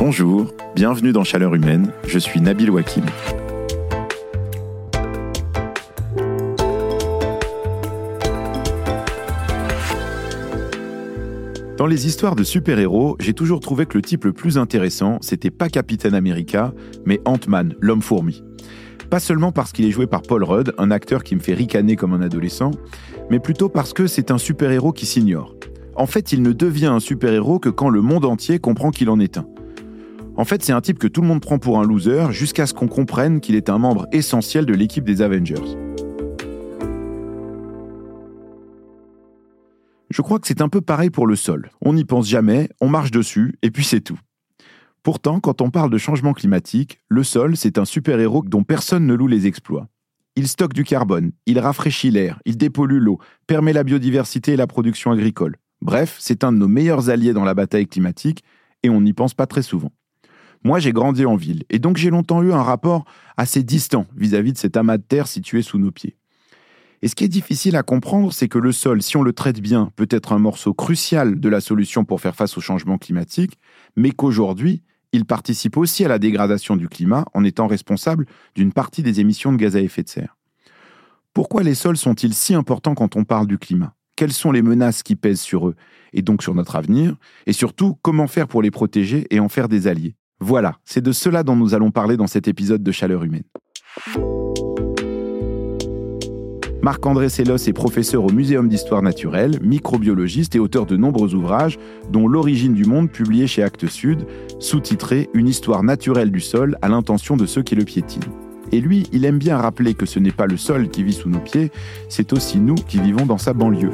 Bonjour, bienvenue dans Chaleur Humaine, je suis Nabil Wakim. Dans les histoires de super-héros, j'ai toujours trouvé que le type le plus intéressant, c'était pas Captain America, mais Ant-Man, l'homme-fourmi. Pas seulement parce qu'il est joué par Paul Rudd, un acteur qui me fait ricaner comme un adolescent, mais plutôt parce que c'est un super-héros qui s'ignore. En fait, il ne devient un super-héros que quand le monde entier comprend qu'il en est un. En fait, c'est un type que tout le monde prend pour un loser jusqu'à ce qu'on comprenne qu'il est un membre essentiel de l'équipe des Avengers. Je crois que c'est un peu pareil pour le sol. On n'y pense jamais, on marche dessus, et puis c'est tout. Pourtant, quand on parle de changement climatique, le sol, c'est un super-héros dont personne ne loue les exploits. Il stocke du carbone, il rafraîchit l'air, il dépollue l'eau, permet la biodiversité et la production agricole. Bref, c'est un de nos meilleurs alliés dans la bataille climatique, et on n'y pense pas très souvent. Moi, j'ai grandi en ville, et donc j'ai longtemps eu un rapport assez distant vis-à-vis de cet amas de terre situé sous nos pieds. Et ce qui est difficile à comprendre, c'est que le sol, si on le traite bien, peut être un morceau crucial de la solution pour faire face au changement climatique, mais qu'aujourd'hui, il participe aussi à la dégradation du climat en étant responsable d'une partie des émissions de gaz à effet de serre. Pourquoi les sols sont-ils si importants quand on parle du climat ? Quelles sont les menaces qui pèsent sur eux, et donc sur notre avenir ? Et surtout, comment faire pour les protéger et en faire des alliés ? Voilà, c'est de cela dont nous allons parler dans cet épisode de Chaleur Humaine. Marc-André Sellos est professeur au Muséum d'Histoire Naturelle, microbiologiste et auteur de nombreux ouvrages, dont L'origine du monde, publié chez Actes Sud, sous-titré « Une histoire naturelle du sol à l'intention de ceux qui le piétinent ». Et lui, il aime bien rappeler que ce n'est pas le sol qui vit sous nos pieds, c'est aussi nous qui vivons dans sa banlieue.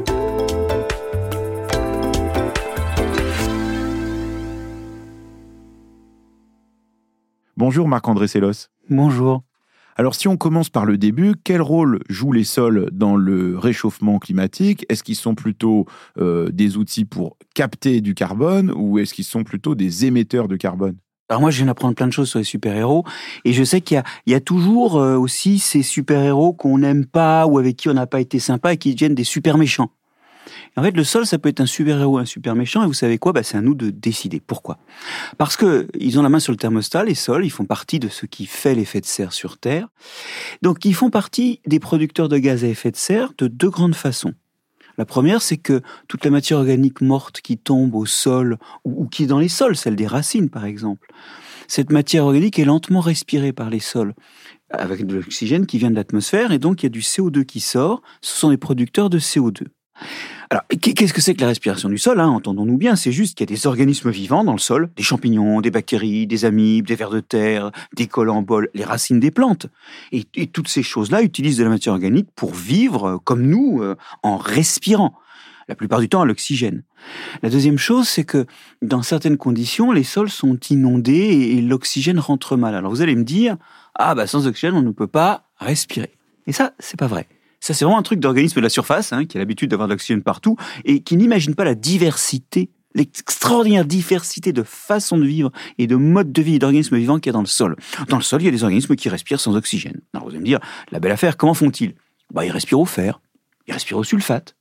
Bonjour Marc-André Sellos. Bonjour. Alors si on commence par le début, quel rôle jouent les sols dans le réchauffement climatique ? Est-ce qu'ils sont plutôt des outils pour capter du carbone ou est-ce qu'ils sont plutôt des émetteurs de carbone ? Alors moi, je viens d'apprendre plein de choses sur les super-héros et je sais qu'il y a toujours aussi ces super-héros qu'on n'aime pas ou avec qui on n'a pas été sympa et qui deviennent des super-méchants. Et en fait, le sol, ça peut être un super-héros, un super-méchant et vous savez quoi ? C'est à nous de décider. Pourquoi ? Parce que ils ont la main sur le thermostat, les sols, ils font partie de ce qui fait l'effet de serre sur Terre. Donc, ils font partie des producteurs de gaz à effet de serre de deux grandes façons. La première, c'est que toute la matière organique morte qui tombe au sol, ou qui est dans les sols, celle des racines par exemple, cette matière organique est lentement respirée par les sols, avec de l'oxygène qui vient de l'atmosphère, et donc il y a du CO2 qui sort, ce sont des producteurs de CO2. Alors, qu'est-ce que c'est que la respiration du sol ? Entendons-nous bien, c'est juste qu'il y a des organismes vivants dans le sol, des champignons, des bactéries, des amibes, des vers de terre, des collemboles, les racines des plantes. Et toutes ces choses-là utilisent de la matière organique pour vivre, comme nous, en respirant. La plupart du temps à l'oxygène. La deuxième chose, c'est que dans certaines conditions, les sols sont inondés et l'oxygène rentre mal. Alors vous allez me dire, sans oxygène, on ne peut pas respirer. Et ça, c'est pas vrai. Ça, c'est vraiment un truc d'organisme de la surface, qui a l'habitude d'avoir de l'oxygène partout et qui n'imagine pas la diversité, l'extraordinaire diversité de façons de vivre et de modes de vie et d'organismes vivants qu'il y a dans le sol. Dans le sol, il y a des organismes qui respirent sans oxygène. Alors vous allez me dire, la belle affaire, comment font-ils ? Ils respirent au fer, ils respirent au sulfate,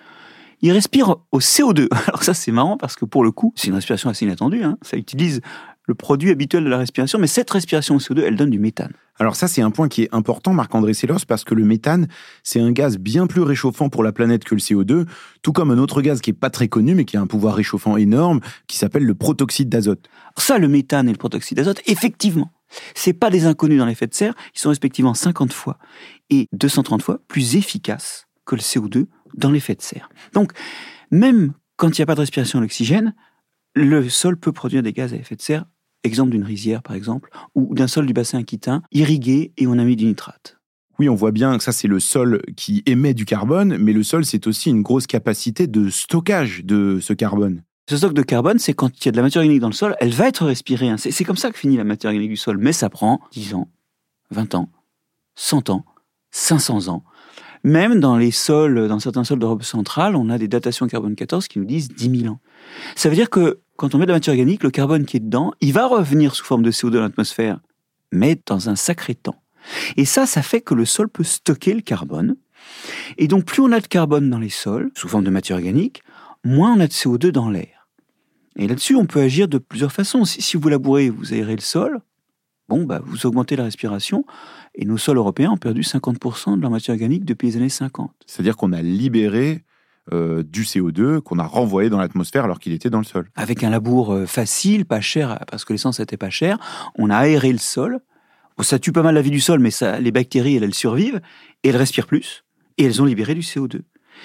ils respirent au CO2. Alors ça, c'est marrant parce que pour le coup, c'est une respiration assez inattendue. Ça utilise le produit habituel de la respiration, mais cette respiration au CO2, elle donne du méthane. Alors ça, c'est un point qui est important, Marc-André Sellos, parce que le méthane, c'est un gaz bien plus réchauffant pour la planète que le CO2, tout comme un autre gaz qui est pas très connu, mais qui a un pouvoir réchauffant énorme, qui s'appelle le protoxyde d'azote. Alors ça, le méthane et le protoxyde d'azote, effectivement, c'est pas des inconnus dans l'effet de serre, ils sont respectivement 50 fois et 230 fois plus efficaces que le CO2 dans l'effet de serre. Donc, même quand il n'y a pas de respiration à l'oxygène, le sol peut produire des gaz à effet de serre, exemple d'une rizière par exemple, ou d'un sol du bassin aquitain, irrigué et on a mis du nitrate. Oui, on voit bien que ça c'est le sol qui émet du carbone, mais le sol c'est aussi une grosse capacité de stockage de ce carbone. Ce stock de carbone, c'est quand il y a de la matière organique dans le sol, elle va être respirée. C'est comme ça que finit la matière organique du sol, mais ça prend 10 ans, 20 ans, 100 ans, 500 ans. Même dans les sols, dans certains sols d'Europe centrale, on a des datations carbone 14 qui nous disent 10 000 ans. Ça veut dire que quand on met de la matière organique, le carbone qui est dedans, il va revenir sous forme de CO2 dans l'atmosphère, mais dans un sacré temps. Et ça fait que le sol peut stocker le carbone. Et donc, plus on a de carbone dans les sols, sous forme de matière organique, moins on a de CO2 dans l'air. Et là-dessus, on peut agir de plusieurs façons. Si vous labourez, vous aérez le sol, vous augmentez la respiration, et nos sols européens ont perdu 50% de leur matière organique depuis les années 50. C'est-à-dire qu'on a libéré du CO2 qu'on a renvoyé dans l'atmosphère alors qu'il était dans le sol. Avec un labour facile, pas cher, parce que l'essence n'était pas chère, on a aéré le sol. Bon, ça tue pas mal la vie du sol, mais les bactéries, elles survivent, et elles respirent plus, et elles ont libéré du CO2.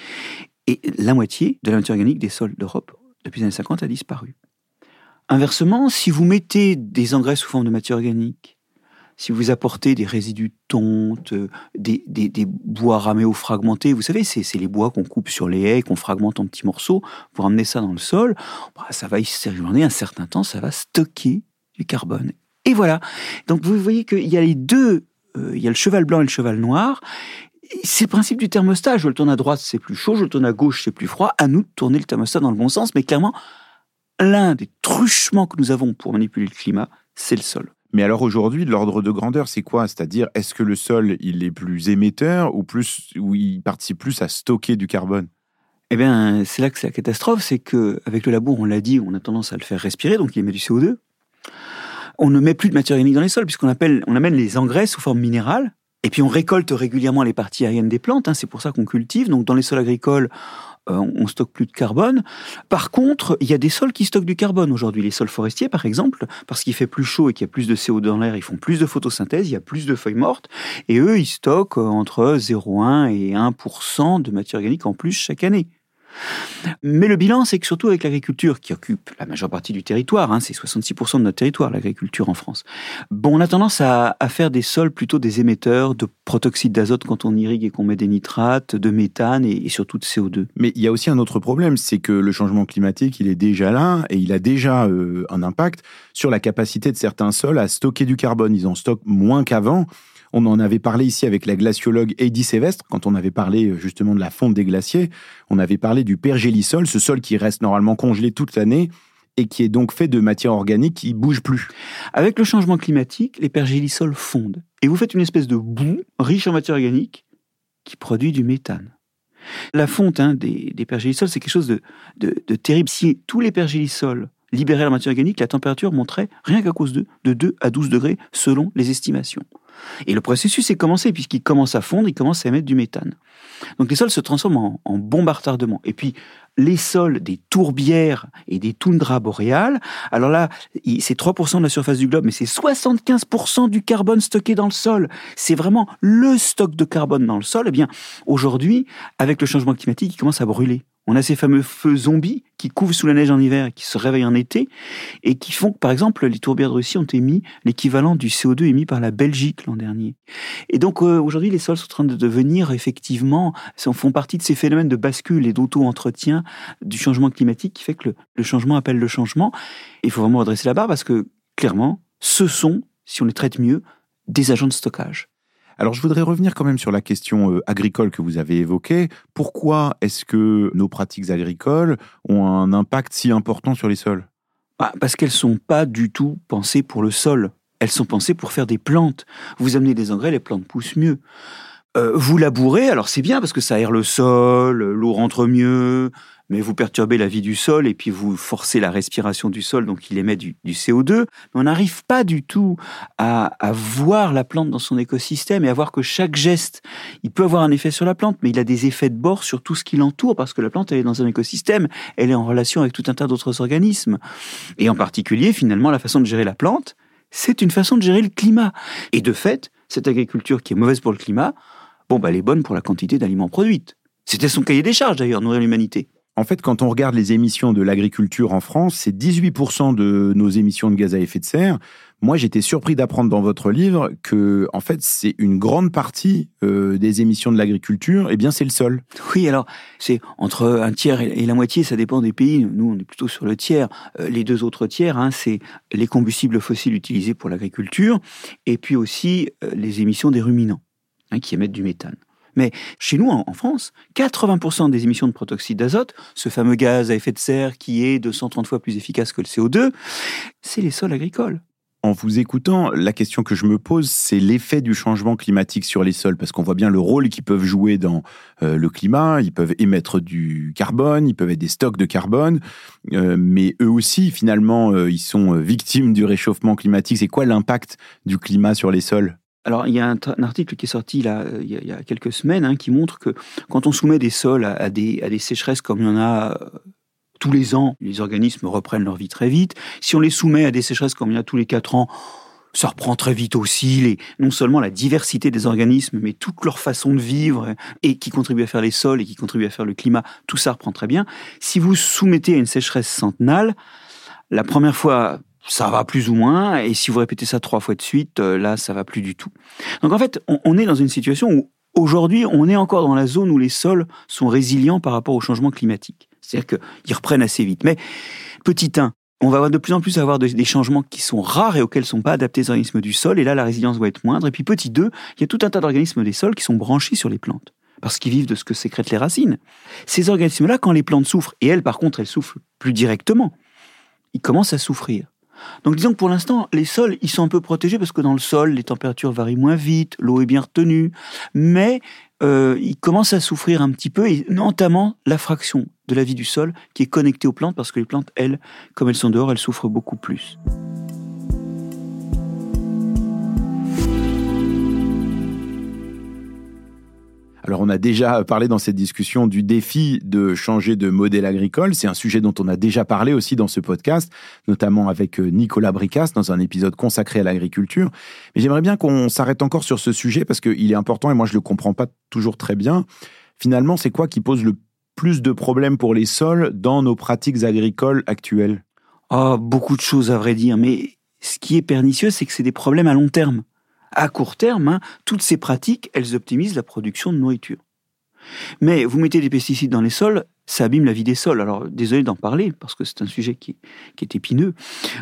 Et la moitié de la matière organique des sols d'Europe, depuis les années 50, a disparu. Inversement, si vous mettez des engrais sous forme de matière organique, si vous apportez des résidus de tonte, des bois raméaux fragmentés, vous savez, c'est les bois qu'on coupe sur les haies, qu'on fragmente en petits morceaux pour amener ça dans le sol, ça va y séjourner un certain temps, ça va stocker du carbone. Et voilà. Donc vous voyez qu'il y a les deux, il y a le cheval blanc et le cheval noir. C'est le principe du thermostat. Je le tourne à droite, c'est plus chaud, je le tourne à gauche, c'est plus froid. À nous de tourner le thermostat dans le bon sens, mais clairement, l'un des truchements que nous avons pour manipuler le climat, c'est le sol. Mais alors aujourd'hui, l'ordre de grandeur, c'est quoi? C'est-à-dire, est-ce que le sol, il est plus émetteur ou il participe plus à stocker du carbone? Eh bien, c'est là que c'est la catastrophe, c'est qu'avec le labour, on l'a dit, on a tendance à le faire respirer, donc il émet du CO2. On ne met plus de matière organique dans les sols, puisqu'on amène les engrais sous forme minérale, et puis on récolte régulièrement les parties aériennes des plantes, c'est pour ça qu'on cultive. Donc dans les sols agricoles, on stocke plus de carbone. Par contre, il y a des sols qui stockent du carbone aujourd'hui. Les sols forestiers, par exemple, parce qu'il fait plus chaud et qu'il y a plus de CO2 dans l'air, ils font plus de photosynthèse, il y a plus de feuilles mortes, et eux, ils stockent entre 0,1 et 1% de matière organique en plus chaque année. Mais le bilan, c'est que surtout avec l'agriculture, qui occupe la majeure partie du territoire, c'est 66% de notre territoire, l'agriculture en France, on a tendance à faire des sols plutôt des émetteurs de protoxyde d'azote quand on irrigue et qu'on met des nitrates, de méthane et surtout de CO2. Mais il y a aussi un autre problème, c'est que le changement climatique, il est déjà là et il a déjà un impact sur la capacité de certains sols à stocker du carbone. Ils en stockent moins qu'avant. On en avait parlé ici avec la glaciologue Heidi Sévestre, quand on avait parlé justement de la fonte des glaciers. On avait parlé du pergélisol, ce sol qui reste normalement congelé toute l'année et qui est donc fait de matière organique qui ne bouge plus. Avec le changement climatique, les pergélisols fondent. Et vous faites une espèce de boue riche en matière organique qui produit du méthane. La fonte des pergélisols, c'est quelque chose de terrible. Si tous les pergélisols libéraient la matière organique, la température monterait, rien qu'à cause d'eux, de 2 à 12 degrés selon les estimations. Et le processus est commencé, puisqu'il commence à fondre, il commence à émettre du méthane. Donc les sols se transforment en bombes à retardement. Et puis, les sols des tourbières et des toundras boréales, alors là, c'est 3% de la surface du globe, mais c'est 75% du carbone stocké dans le sol. C'est vraiment le stock de carbone dans le sol. Eh bien, aujourd'hui, avec le changement climatique, il commence à brûler. On a ces fameux feux zombies qui couvent sous la neige en hiver et qui se réveillent en été et qui font que, par exemple, les tourbières de Russie ont émis l'équivalent du CO2 émis par la Belgique l'an dernier. Et donc, aujourd'hui, les sols sont en train de devenir, effectivement, font partie de ces phénomènes de bascule et d'auto-entretien du changement climatique qui fait que le changement appelle le changement. Et il faut vraiment redresser la barre parce que, clairement, ce sont, si on les traite mieux, des agents de stockage. Alors, je voudrais revenir quand même sur la question agricole que vous avez évoquée. Pourquoi est-ce que nos pratiques agricoles ont un impact si important sur les sols? Parce qu'elles ne sont pas du tout pensées pour le sol. Elles sont pensées pour faire des plantes. Vous amenez des engrais, les plantes poussent mieux. Vous labourez, alors c'est bien parce que ça aère le sol, l'eau rentre mieux, mais vous perturbez la vie du sol et puis vous forcez la respiration du sol, donc il émet du CO2. Mais on n'arrive pas du tout à voir la plante dans son écosystème et à voir que chaque geste, il peut avoir un effet sur la plante, mais il a des effets de bord sur tout ce qui l'entoure parce que la plante, elle est dans un écosystème, elle est en relation avec tout un tas d'autres organismes. Et en particulier, finalement, la façon de gérer la plante, c'est une façon de gérer le climat. Et de fait, cette agriculture qui est mauvaise pour le climat, elle est bonne pour la quantité d'aliments produits. C'était son cahier des charges d'ailleurs, nourrir l'humanité. En fait, quand on regarde les émissions de l'agriculture en France, c'est 18% de nos émissions de gaz à effet de serre. Moi, j'étais surpris d'apprendre dans votre livre que, en fait, c'est une grande partie des émissions de l'agriculture, c'est le sol. Oui, alors, c'est entre un tiers et la moitié, ça dépend des pays. Nous, on est plutôt sur le tiers. Les 2 autres tiers, c'est les combustibles fossiles utilisés pour l'agriculture et puis aussi les émissions des ruminants qui émettent du méthane. Mais chez nous, en France, 80% des émissions de protoxyde d'azote, ce fameux gaz à effet de serre qui est 230 fois plus efficace que le CO2, c'est les sols agricoles. En vous écoutant, la question que je me pose, c'est l'effet du changement climatique sur les sols, parce qu'on voit bien le rôle qu'ils peuvent jouer dans le climat. Ils peuvent émettre du carbone, ils peuvent être des stocks de carbone, mais eux aussi, finalement, ils sont victimes du réchauffement climatique. C'est quoi l'impact du climat sur les sols ? Alors, il y a un article qui est sorti là, il y a quelques semaines, qui montre que quand on soumet des sols à des sécheresses comme il y en a tous les ans, les organismes reprennent leur vie très vite. Si on les soumet à des sécheresses comme il y en a tous les 4 ans, ça reprend très vite aussi. Non seulement la diversité des organismes, mais toute leur façon de vivre et qui contribue à faire les sols et qui contribue à faire le climat, tout ça reprend très bien. Si vous soumettez à une sécheresse centennale, la première fois, ça va plus ou moins, et si vous répétez ça 3 fois de suite, là, ça va plus du tout. Donc en fait, on est dans une situation où, aujourd'hui, on est encore dans la zone où les sols sont résilients par rapport au changement climatique. C'est-à-dire qu'ils reprennent assez vite. Mais, petit 1, on va de plus en plus avoir des changements qui sont rares et auxquels ne sont pas adaptés les organismes du sol, et là, la résilience va être moindre. Et puis, petit 2, il y a tout un tas d'organismes des sols qui sont branchés sur les plantes, parce qu'ils vivent de ce que sécrètent les racines. Ces organismes-là, quand les plantes souffrent, et elles, par contre, elles souffrent plus directement, ils commencent à souffrir. Donc disons que pour l'instant, les sols, ils sont un peu protégés parce que dans le sol, les températures varient moins vite, l'eau est bien retenue, mais ils commencent à souffrir un petit peu, et notamment la fraction de la vie du sol qui est connectée aux plantes, parce que les plantes, elles, comme elles sont dehors, elles souffrent beaucoup plus. Alors, on a déjà parlé dans cette discussion du défi de changer de modèle agricole. C'est un sujet dont on a déjà parlé aussi dans ce podcast, notamment avec Nicolas Bricasse dans un épisode consacré à l'agriculture. Mais j'aimerais bien qu'on s'arrête encore sur ce sujet parce qu'il est important et moi, je ne le comprends pas toujours très bien. Finalement, c'est quoi qui pose le plus de problèmes pour les sols dans nos pratiques agricoles actuelles ? Beaucoup de choses à vrai dire, mais ce qui est pernicieux, c'est que c'est des problèmes à long terme. À court terme, toutes ces pratiques, elles optimisent la production de nourriture. Mais vous mettez des pesticides dans les sols, ça abîme la vie des sols. Alors, désolé d'en parler, parce que c'est un sujet qui est épineux.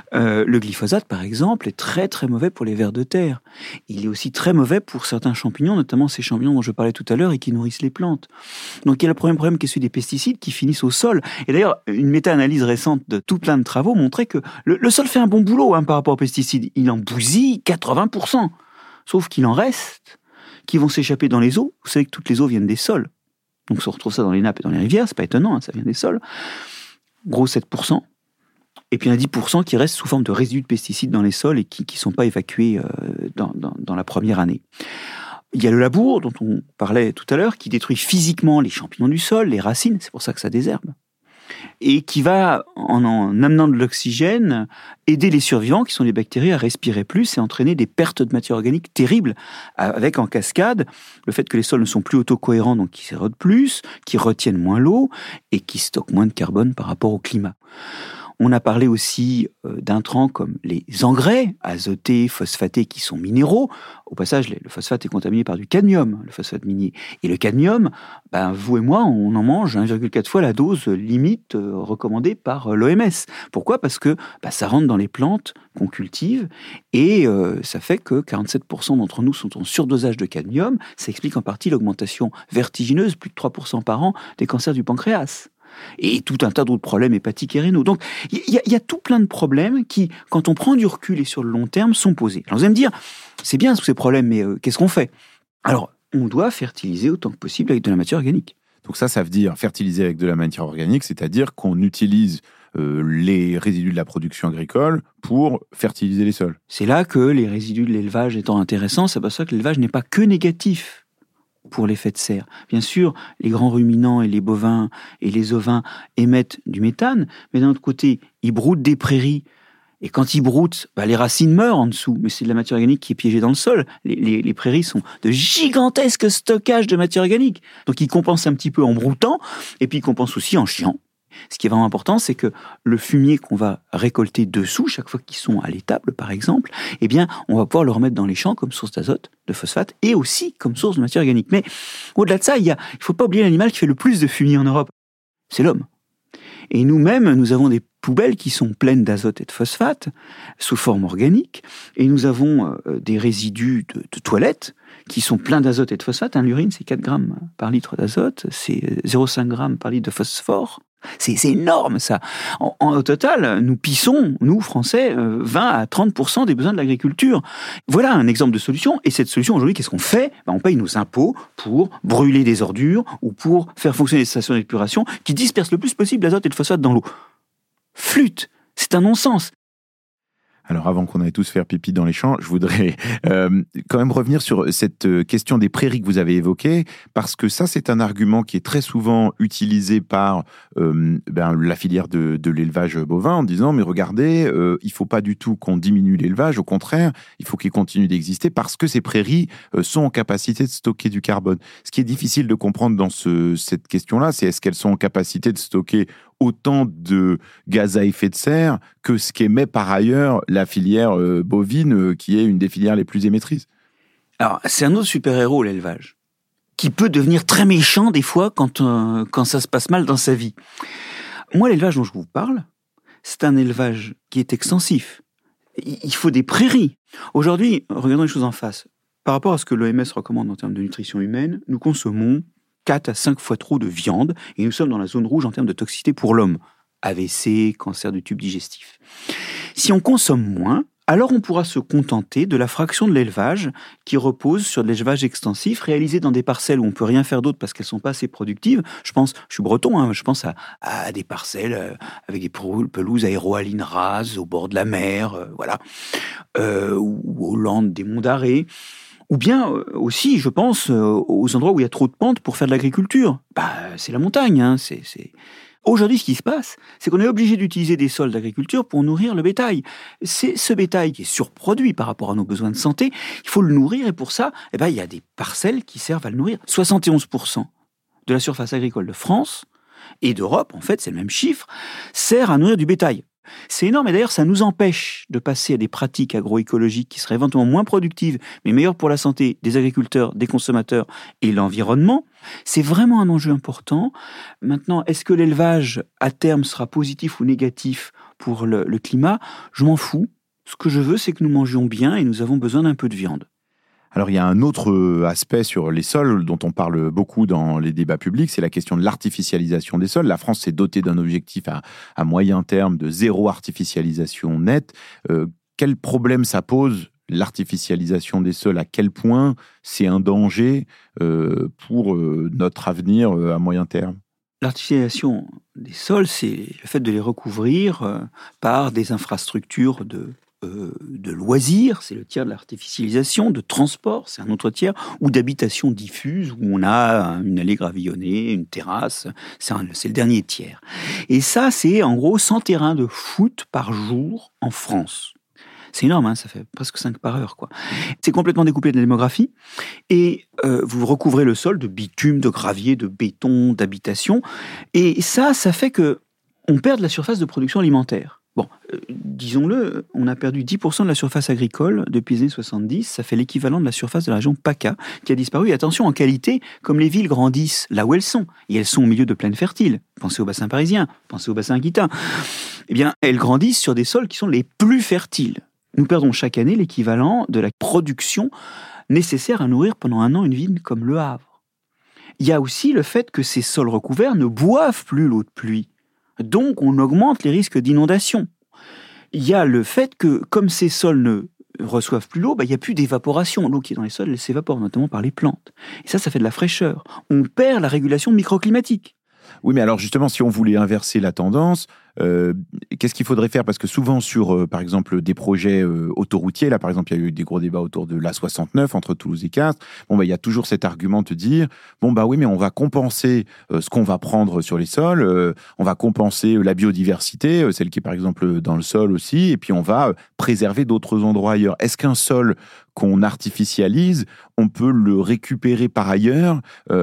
Le glyphosate, par exemple, est très très mauvais pour les vers de terre. Il est aussi très mauvais pour certains champignons, notamment ces champignons dont je parlais tout à l'heure et qui nourrissent les plantes. Donc, il y a le premier problème qui est celui des pesticides qui finissent au sol. Et d'ailleurs, une méta-analyse récente de tout plein de travaux montrait que le sol fait un bon boulot par rapport aux pesticides. Il en bousille 80%. Sauf qu'il en reste qui vont s'échapper dans les eaux. Vous savez que toutes les eaux viennent des sols. Donc on retrouve ça dans les nappes et dans les rivières, c'est pas étonnant, ça vient des sols. Gros 7%. Et puis il y en a 10% qui restent sous forme de résidus de pesticides dans les sols et qui ne sont pas évacués dans la première année. Il y a le labour, dont on parlait tout à l'heure, qui détruit physiquement les champignons du sol, les racines, c'est pour ça que ça désherbe. Et qui va, en amenant de l'oxygène, aider les survivants, qui sont les bactéries, à respirer plus et entraîner des pertes de matière organique terribles, avec en cascade le fait que les sols ne sont plus autocohérents, donc qui s'érodent plus, qui retiennent moins l'eau et qui stockent moins de carbone par rapport au climat. On a parlé aussi d'intrants comme les engrais azotés, phosphatés, qui sont minéraux. Au passage, le phosphate est contaminé par du cadmium, le phosphate minier. Et le cadmium, vous et moi, on en mange 1,4 fois la dose limite recommandée par l'OMS. Pourquoi ? Parce que ça rentre dans les plantes qu'on cultive et ça fait que 47% d'entre nous sont en surdosage de cadmium. Ça explique en partie l'augmentation vertigineuse, plus de 3% par an, des cancers du pancréas. Et tout un tas d'autres problèmes hépatiques et rénaux. Donc, il y a tout plein de problèmes qui, quand on prend du recul et sur le long terme, sont posés. Alors, vous allez me dire, c'est bien tous ces problèmes, mais qu'est-ce qu'on fait ? Alors, on doit fertiliser autant que possible avec de la matière organique. Donc ça veut dire fertiliser avec de la matière organique, c'est-à-dire qu'on utilise les résidus de la production agricole pour fertiliser les sols. C'est là que les résidus de l'élevage étant intéressants, c'est pour ça que l'élevage n'est pas que négatif pour l'effet de serre. Bien sûr, les grands ruminants et les bovins et les ovins émettent du méthane, mais d'un autre côté, ils broutent des prairies. Et quand ils broutent, les racines meurent en dessous, mais c'est de la matière organique qui est piégée dans le sol. Les prairies sont de gigantesques stockages de matière organique. Donc ils compensent un petit peu en broutant, et puis ils compensent aussi en chiant. Ce qui est vraiment important, c'est que le fumier qu'on va récolter dessous, chaque fois qu'ils sont à l'étable, par exemple, on va pouvoir le remettre dans les champs comme source d'azote, de phosphate, et aussi comme source de matière organique. Mais au-delà de ça, il faut pas oublier l'animal qui fait le plus de fumier en Europe. C'est l'homme. Et nous-mêmes, nous avons des poubelles qui sont pleines d'azote et de phosphate, sous forme organique, et nous avons des résidus de toilettes qui sont pleins d'azote et de phosphate. L'urine, c'est 4 grammes par litre d'azote, c'est 0,5 grammes par litre de phosphore. C'est énorme, ça. Au total, nous pissons, nous, Français, 20 à 30% des besoins de l'agriculture. Voilà un exemple de solution. Et cette solution, aujourd'hui, qu'est-ce qu'on fait ? On paye nos impôts pour brûler des ordures ou pour faire fonctionner des stations d'épuration qui dispersent le plus possible l'azote et le phosphate dans l'eau. Flûte, c'est un non-sens. Alors avant qu'on aille tous faire pipi dans les champs, je voudrais quand même revenir sur cette question des prairies que vous avez évoquée, parce que ça c'est un argument qui est très souvent utilisé par la filière de l'élevage bovin en disant mais regardez, il faut pas du tout qu'on diminue l'élevage, au contraire, il faut qu'il continue d'exister parce que ces prairies sont en capacité de stocker du carbone. Ce qui est difficile de comprendre dans cette question-là, c'est est-ce qu'elles sont en capacité de stocker autant de gaz à effet de serre que ce qu'émet par ailleurs la filière bovine, qui est une des filières les plus émettrices. Alors, c'est un autre super-héros, l'élevage, qui peut devenir très méchant des fois quand ça se passe mal dans sa vie. Moi, l'élevage dont je vous parle, c'est un élevage qui est extensif. Il faut des prairies. Aujourd'hui, regardons les choses en face. Par rapport à ce que l'OMS recommande en termes de nutrition humaine, nous consommons 4 à 5 fois trop de viande, et nous sommes dans la zone rouge en termes de toxicité pour l'homme. AVC, cancer du tube digestif. Si on consomme moins, alors on pourra se contenter de la fraction de l'élevage qui repose sur de l'élevage extensif, réalisé dans des parcelles où on ne peut rien faire d'autre parce qu'elles ne sont pas assez productives. Je suis breton, je pense à des parcelles avec des pelouses aéroalines rases au bord de la mer, ou aux landes des monts d'Arrée. Ou bien aussi, je pense, aux endroits où il y a trop de pentes pour faire de l'agriculture. C'est la montagne. Aujourd'hui, ce qui se passe, c'est qu'on est obligé d'utiliser des sols d'agriculture pour nourrir le bétail. C'est ce bétail qui est surproduit par rapport à nos besoins de santé. Il faut le nourrir et pour ça, il y a des parcelles qui servent à le nourrir. 71% de la surface agricole de France et d'Europe, en fait, c'est le même chiffre, sert à nourrir du bétail. C'est énorme et d'ailleurs ça nous empêche de passer à des pratiques agroécologiques qui seraient éventuellement moins productives mais meilleures pour la santé des agriculteurs, des consommateurs et l'environnement. C'est vraiment un enjeu important. Maintenant, est-ce que l'élevage à terme sera positif ou négatif pour le climat ? Je m'en fous. Ce que je veux, c'est que nous mangions bien et nous avons besoin d'un peu de viande. Alors, il y a un autre aspect sur les sols dont on parle beaucoup dans les débats publics, c'est la question de l'artificialisation des sols. La France s'est dotée d'un objectif à moyen terme de 0 artificialisation nette. Quel problème ça pose, l'artificialisation des sols ? À quel point c'est un danger pour notre avenir à moyen terme ? L'artificialisation des sols, c'est le fait de les recouvrir par des infrastructures de loisirs, c'est le tiers de l'artificialisation, de transport, c'est un autre tiers, ou d'habitation diffuse, où on a une allée gravillonnée, une terrasse, c'est le dernier tiers. Et ça, c'est en gros 100 terrains de foot par jour en France. C'est énorme, ça fait presque 5 par heure, quoi. C'est complètement découplé de la démographie, et vous recouvrez le sol de bitume, de gravier, de béton, d'habitation, et ça fait que on perd de la surface de production alimentaire. Bon, disons-le, on a perdu 10% de la surface agricole depuis les années 70. Ça fait l'équivalent de la surface de la région PACA qui a disparu. Et attention, en qualité, comme les villes grandissent là où elles sont, et elles sont au milieu de plaines fertiles, pensez au bassin parisien, pensez au bassin aquitain, eh bien, elles grandissent sur des sols qui sont les plus fertiles. Nous perdons chaque année l'équivalent de la production nécessaire à nourrir pendant un an une ville comme Le Havre. Il y a aussi le fait que ces sols recouverts ne boivent plus l'eau de pluie. Donc, on augmente les risques d'inondation. Il y a le fait que, comme ces sols ne reçoivent plus l'eau, il n'y a plus d'évaporation. L'eau qui est dans les sols, elle s'évapore, notamment par les plantes. Et ça fait de la fraîcheur. On perd la régulation microclimatique. Oui, mais alors justement, si on voulait inverser la tendance, qu'est-ce qu'il faudrait faire ? Parce que souvent sur, par exemple, des projets autoroutiers, là par exemple, il y a eu des gros débats autour de l'A69 entre Toulouse et Castres. Il y a toujours cet argument de dire, oui, mais on va compenser ce qu'on va prendre sur les sols, on va compenser la biodiversité, celle qui est par exemple dans le sol aussi, et puis on va préserver d'autres endroits ailleurs. Est-ce qu'un sol qu'on artificialise, on peut le récupérer par ailleurs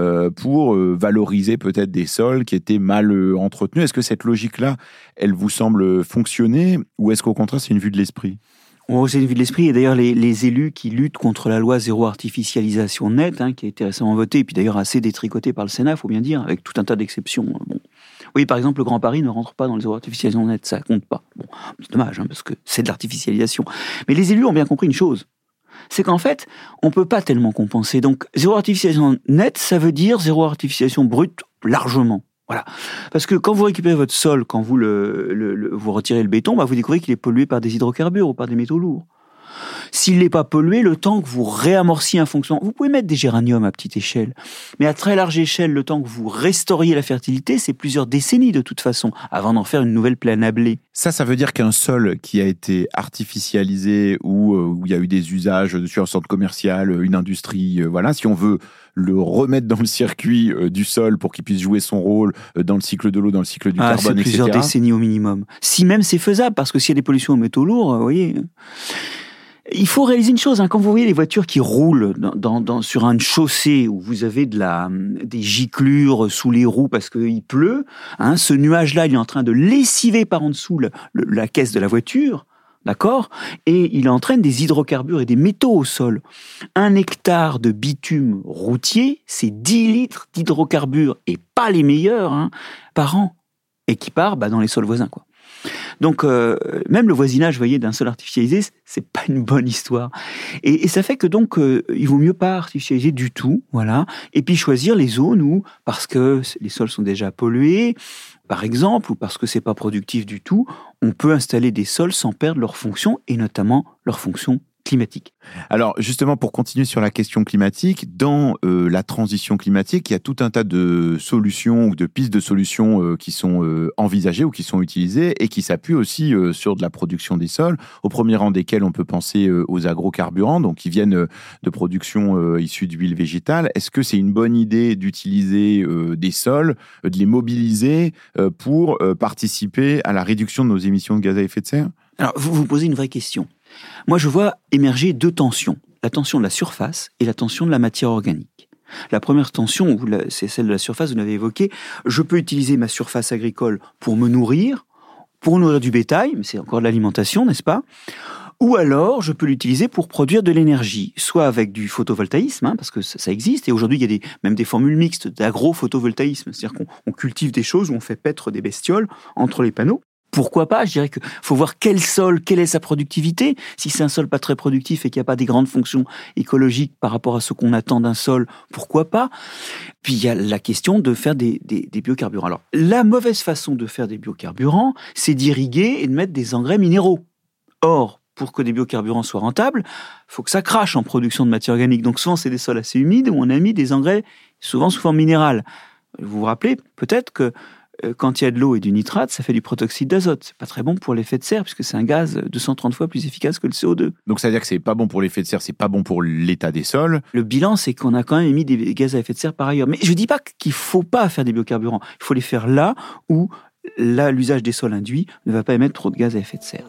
pour valoriser peut-être des sols qui étaient mal entretenus ? Est-ce que cette logique-là, elle vous semble fonctionner ou est-ce qu'au contraire, c'est une vue de l'esprit ? C'est une vue de l'esprit, et d'ailleurs les élus qui luttent contre la loi zéro artificialisation nette, qui a été récemment votée, et puis d'ailleurs assez détricotée par le Sénat, il faut bien dire, avec tout un tas d'exceptions. Oui, par exemple, le Grand Paris ne rentre pas dans le zéro artificialisation nette, ça compte pas. C'est dommage, parce que c'est de l'artificialisation. Mais les élus ont bien compris une chose, c'est qu'en fait, on ne peut pas tellement compenser. Donc, zéro artificialisation nette, ça veut dire zéro artificialisation brute largement. Voilà. Parce que quand vous récupérez votre sol, quand vous vous retirez le béton, vous découvrez qu'il est pollué par des hydrocarbures ou par des métaux lourds. S'il n'est pas pollué, le temps que vous réamorciez un fonctionnement, vous pouvez mettre des géraniums à petite échelle, mais à très large échelle, le temps que vous restauriez la fertilité, c'est plusieurs décennies de toute façon, avant d'en faire une nouvelle plaine à blé. Ça veut dire qu'un sol qui a été artificialisé ou où il y a eu des usages sur un centre commercial, une industrie, si on veut le remettre dans le circuit du sol pour qu'il puisse jouer son rôle dans le cycle de l'eau, dans le cycle du carbone, c'est plusieurs etc. décennies au minimum. Si même c'est faisable, parce que s'il y a des pollutions aux métaux lourds, vous voyez... Il faut réaliser une chose, quand vous voyez les voitures qui roulent sur une chaussée où vous avez des giclures sous les roues parce qu'il pleut, ce nuage-là, il est en train de lessiver par en dessous la caisse de la voiture, d'accord ? Et il entraîne des hydrocarbures et des métaux au sol. 1 hectare de bitume routier, c'est 10 litres d'hydrocarbures, et pas les meilleurs, par an, et qui part dans les sols voisins, quoi. Donc, même le voisinage, vous voyez, d'un sol artificialisé, c'est pas une bonne histoire. Et ça fait que donc, il vaut mieux pas artificialiser du tout, voilà. Et puis choisir les zones où, parce que les sols sont déjà pollués, par exemple, ou parce que c'est pas productif du tout, on peut installer des sols sans perdre leur fonction, et notamment leur fonction climatique. Alors justement, pour continuer sur la question climatique, dans la transition climatique, il y a tout un tas de solutions ou de pistes de solutions qui sont envisagées ou qui sont utilisées et qui s'appuient aussi sur de la production des sols, au premier rang desquels on peut penser aux agrocarburants, donc qui viennent de production issue d'huile végétale. Est-ce que c'est une bonne idée d'utiliser des sols, de les mobiliser pour participer à la réduction de nos émissions de gaz à effet de serre ? Alors, vous vous posez une vraie question. Moi, je vois émerger 2 tensions. La tension de la surface et la tension de la matière organique. La première tension, c'est celle de la surface, vous l'avez évoqué. Je peux utiliser ma surface agricole pour me nourrir, pour nourrir du bétail, mais c'est encore de l'alimentation, n'est-ce pas ? Ou alors, je peux l'utiliser pour produire de l'énergie, soit avec du photovoltaïsme, parce que ça existe, et aujourd'hui, il y a même des formules mixtes d'agro-photovoltaïsme, c'est-à-dire qu'on cultive des choses où on fait paître des bestioles entre les panneaux. Pourquoi pas ? Je dirais qu'il faut voir quel sol, quelle est sa productivité. Si c'est un sol pas très productif et qu'il n'y a pas des grandes fonctions écologiques par rapport à ce qu'on attend d'un sol, pourquoi pas ? Puis il y a la question de faire des biocarburants. Alors, la mauvaise façon de faire des biocarburants, c'est d'irriguer et de mettre des engrais minéraux. Or, pour que des biocarburants soient rentables, il faut que ça crache en production de matière organique. Donc souvent, c'est des sols assez humides où on a mis des engrais, souvent sous forme minérale. Vous vous rappelez peut-être que quand il y a de l'eau et du nitrate, ça fait du protoxyde d'azote. C'est pas très bon pour l'effet de serre, puisque c'est un gaz 230 fois plus efficace que le CO2. Donc ça veut dire que c'est pas bon pour l'effet de serre, c'est pas bon pour l'état des sols. Le bilan, c'est qu'on a quand même émis des gaz à effet de serre par ailleurs. Mais je dis pas qu'il faut pas faire des biocarburants. Il faut les faire là où l'usage des sols induits ne va pas émettre trop de gaz à effet de serre.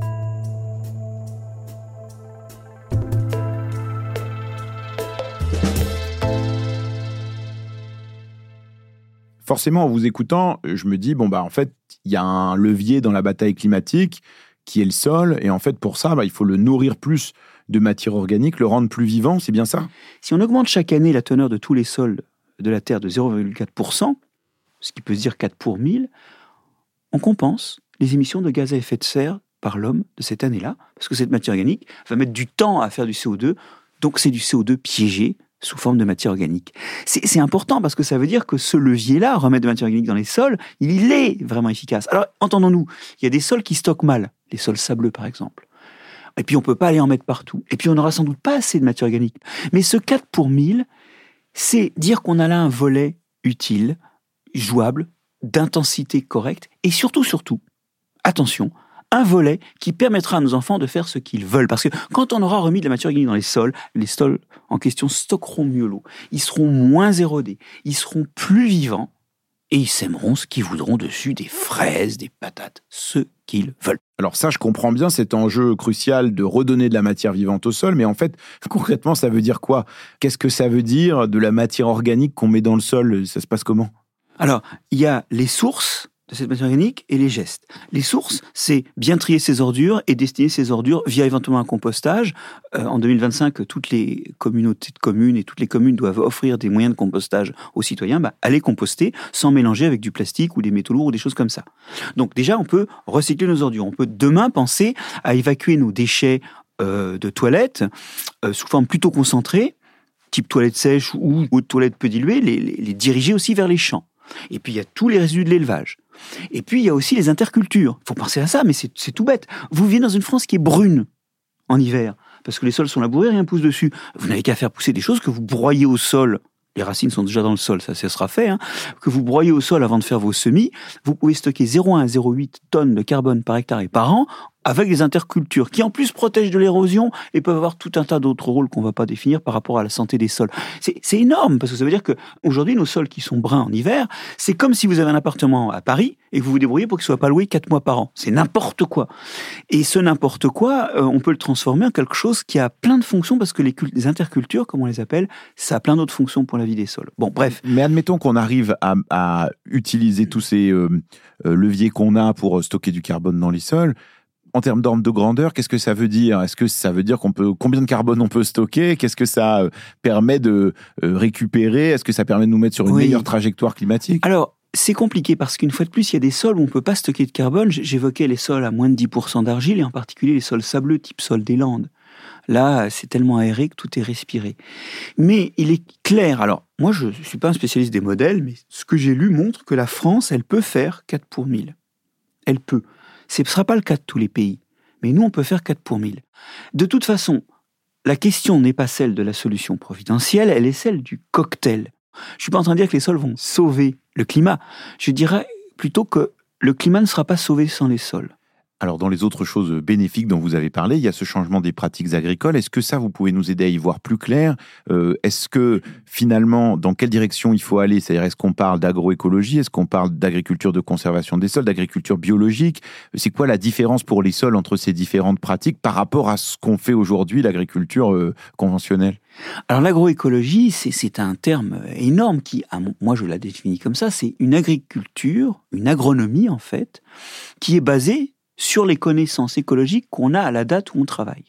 Forcément, en vous écoutant, je me dis, en fait, il y a un levier dans la bataille climatique qui est le sol. Et en fait, pour ça, il faut le nourrir plus de matière organique, le rendre plus vivant, c'est bien ça ? Si on augmente chaque année la teneur de tous les sols de la Terre de 0,4%, ce qui peut se dire 4 pour 1000, on compense les émissions de gaz à effet de serre par l'homme de cette année-là, parce que cette matière organique va mettre du temps à faire du CO2, donc c'est du CO2 piégé, sous forme de matière organique. C'est important parce que ça veut dire que ce levier-là, remettre de matière organique dans les sols, il est vraiment efficace. Alors, entendons-nous, il y a des sols qui stockent mal, les sols sableux par exemple. Et puis on peut pas aller en mettre partout. Et puis on n'aura sans doute pas assez de matière organique. Mais ce 4 pour 1000, c'est dire qu'on a là un volet utile, jouable, d'intensité correcte, et surtout, attention, un volet qui permettra à nos enfants de faire ce qu'ils veulent. Parce que quand on aura remis de la matière organique dans les sols en question stockeront mieux l'eau. Ils seront moins érodés. Ils seront plus vivants. Et ils sèmeront ce qu'ils voudront dessus, des fraises, des patates, ce qu'ils veulent. Alors ça, je comprends bien cet enjeu crucial de redonner de la matière vivante au sol, mais en fait, concrètement, ça veut dire quoi ? Qu'est-ce que ça veut dire de la matière organique qu'on met dans le sol ? Ça se passe comment ? Alors, il y a les sources de cette matière organique et les gestes. Les sources, c'est bien trier ses ordures et destiner ces ordures via éventuellement un compostage. En 2025, toutes les communautés de communes et toutes les communes doivent offrir des moyens de compostage aux citoyens, aller composter sans mélanger avec du plastique ou des métaux lourds ou des choses comme ça. Donc déjà, on peut recycler nos ordures. On peut demain penser à évacuer nos déchets de toilettes sous forme plutôt concentrée, type toilette sèche ou toilette peu diluée, les diriger aussi vers les champs. Et puis il y a tous les résidus de l'élevage. Et puis il y a aussi les intercultures. Il faut penser à ça, mais c'est tout bête. Vous vivez dans une France qui est brune en hiver, parce que les sols sont labourés, rien pousse dessus. Vous n'avez qu'à faire pousser des choses que vous broyez au sol. Les racines sont déjà dans le sol, ça sera fait, que vous broyez au sol avant de faire vos semis. Vous pouvez stocker 0,1 à 0,8 tonnes de carbone par hectare et par an avec des intercultures qui en plus protègent de l'érosion et peuvent avoir tout un tas d'autres rôles qu'on ne va pas définir par rapport à la santé des sols. C'est énorme parce que ça veut dire qu'aujourd'hui, nos sols qui sont bruns en hiver, c'est comme si vous avez un appartement à Paris et que vous vous débrouillez pour qu'il ne soit pas loué 4 mois par an. C'est n'importe quoi. Et ce n'importe quoi, on peut le transformer en quelque chose qui a plein de fonctions parce que les intercultures, comme on les appelle, ça a plein d'autres fonctions pour la vie des sols. Bon, bref. Mais admettons qu'on arrive à utiliser tous ces leviers qu'on a pour stocker du carbone dans les sols. En termes d'ordre de grandeur, qu'est-ce que ça veut dire ? Est-ce que ça veut dire combien de carbone on peut stocker ? Qu'est-ce que ça permet de récupérer ? Est-ce que ça permet de nous mettre sur une meilleure trajectoire climatique ? Alors, c'est compliqué parce qu'une fois de plus, il y a des sols où on ne peut pas stocker de carbone. J'évoquais les sols à moins de 10% d'argile et en particulier les sols sableux type sol des Landes. Là, c'est tellement aéré que tout est respiré. Mais il est clair, alors moi je ne suis pas un spécialiste des modèles, mais ce que j'ai lu montre que la France, elle peut faire 4 pour 1000. Elle peut. Ce ne sera pas le cas de tous les pays, mais nous on peut faire 4 pour 1000. De toute façon, la question n'est pas celle de la solution providentielle, elle est celle du cocktail. Je ne suis pas en train de dire que les sols vont sauver le climat, je dirais plutôt que le climat ne sera pas sauvé sans les sols. Alors, dans les autres choses bénéfiques dont vous avez parlé, il y a ce changement des pratiques agricoles. Est-ce que ça, vous pouvez nous aider à y voir plus clair ? Est-ce que, finalement, dans quelle direction il faut aller ? C'est-à-dire, est-ce qu'on parle d'agroécologie ? Est-ce qu'on parle d'agriculture de conservation des sols, d'agriculture biologique ? C'est quoi la différence pour les sols entre ces différentes pratiques par rapport à ce qu'on fait aujourd'hui, l'agriculture conventionnelle ? Alors, l'agroécologie, c'est un terme énorme qui, moi je la définis comme ça, c'est une agriculture, une agronomie en fait, qui est basée sur les connaissances écologiques qu'on a à la date où on travaille.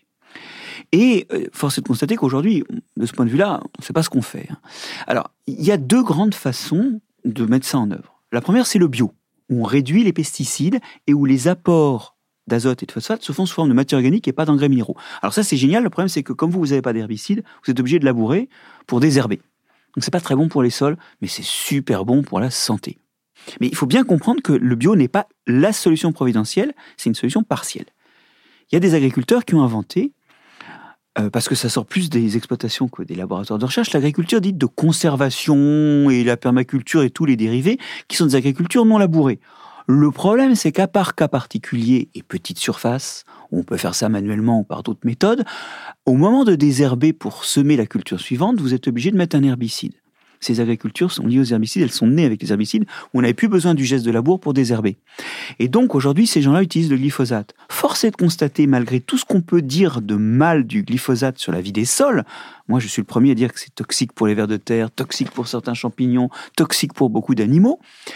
Et force est de constater qu'aujourd'hui, de ce point de vue-là, on ne sait pas ce qu'on fait. Alors, il y a 2 grandes façons de mettre ça en œuvre. La première, c'est le bio, où on réduit les pesticides et où les apports d'azote et de phosphate se font sous forme de matière organique et pas d'engrais minéraux. Alors ça, c'est génial. Le problème, c'est que comme vous n'avez pas d'herbicide, vous êtes obligé de labourer pour désherber. Donc c'est pas très bon pour les sols, mais c'est super bon pour la santé. Mais il faut bien comprendre que le bio n'est pas la solution providentielle, c'est une solution partielle. Il y a des agriculteurs qui ont inventé, parce que ça sort plus des exploitations que des laboratoires de recherche, l'agriculture dite de conservation et la permaculture et tous les dérivés, qui sont des agricultures non labourées. Le problème, c'est qu'à part cas particuliers et petites surfaces, où on peut faire ça manuellement ou par d'autres méthodes, au moment de désherber pour semer la culture suivante, vous êtes obligé de mettre un herbicide. Ces agricultures sont liées aux herbicides, elles sont nées avec les herbicides, où on n'avait plus besoin du geste de labour pour désherber. Et donc aujourd'hui, ces gens-là utilisent le glyphosate. Force est de constater, malgré tout ce qu'on peut dire de mal du glyphosate sur la vie des sols, moi je suis le premier à dire que c'est toxique pour les vers de terre, toxique pour certains champignons, toxique pour beaucoup d'animaux.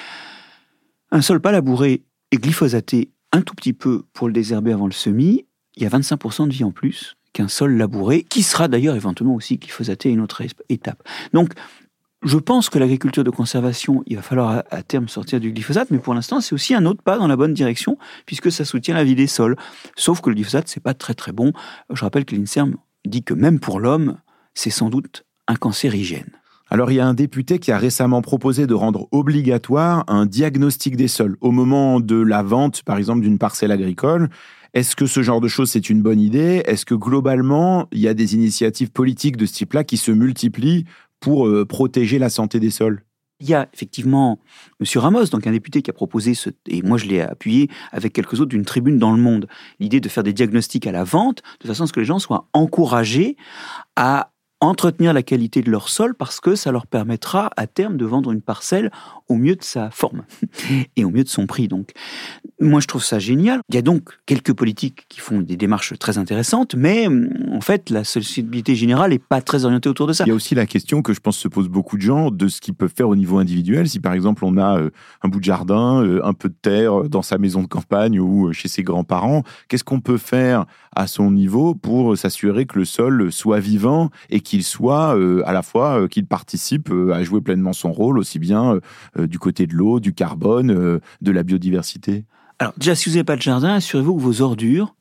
Un sol pas labouré et glyphosaté un tout petit peu pour le désherber avant le semis, il y a 25% de vie en plus qu'un sol labouré, qui sera d'ailleurs éventuellement aussi glyphosaté à une autre étape. Donc, je pense que l'agriculture de conservation, il va falloir à terme sortir du glyphosate, mais pour l'instant, c'est aussi un autre pas dans la bonne direction, puisque ça soutient la vie des sols. Sauf que le glyphosate, c'est pas très très bon. Je rappelle que l'INSERM dit que même pour l'homme, c'est sans doute un cancérigène. Alors, il y a un député qui a récemment proposé de rendre obligatoire un diagnostic des sols au moment de la vente, par exemple, d'une parcelle agricole. Est-ce que ce genre de choses, c'est une bonne idée ? Est-ce que globalement, il y a des initiatives politiques de ce type-là qui se multiplient pour protéger la santé des sols ? Il y a effectivement M. Ramos, donc un député qui a proposé, et moi je l'ai appuyé avec quelques autres d'une tribune dans Le Monde, l'idée de faire des diagnostics à la vente, de façon à ce que les gens soient encouragés à entretenir la qualité de leur sol parce que ça leur permettra à terme de vendre une parcelle au mieux de sa forme et au mieux de son prix. Donc, moi je trouve ça génial. Il y a donc quelques politiques qui font des démarches très intéressantes, mais en fait la société générale n'est pas très orientée autour de ça. Il y a aussi la question que je pense se posent beaucoup de gens de ce qu'ils peuvent faire au niveau individuel. Si par exemple on a un bout de jardin, un peu de terre dans sa maison de campagne ou chez ses grands-parents, qu'est-ce qu'on peut faire à son niveau pour s'assurer que le sol soit vivant et qu'il soit à la fois qu'il participe à jouer pleinement son rôle, aussi bien du côté de l'eau, du carbone, de la biodiversité. Alors déjà, si vous n'avez pas de jardin, assurez-vous que vos ordures